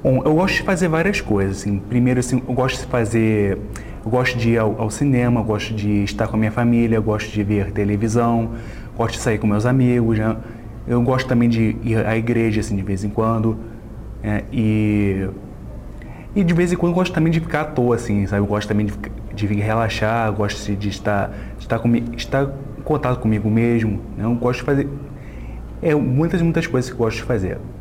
Bom, eu gosto de fazer várias coisas, assim. Primeiro, assim, eu gosto de ir ao cinema, eu gosto de estar com a minha família, eu gosto de ver televisão, gosto de sair com meus amigos, né? Eu gosto também de ir à igreja, assim, de vez em quando, né? E de vez em quando eu gosto também de ficar à toa, assim, sabe? Eu gosto também de vir relaxar, eu gosto de estar em contato comigo mesmo, né? Eu gosto de fazer muitas coisas que eu gosto de fazer.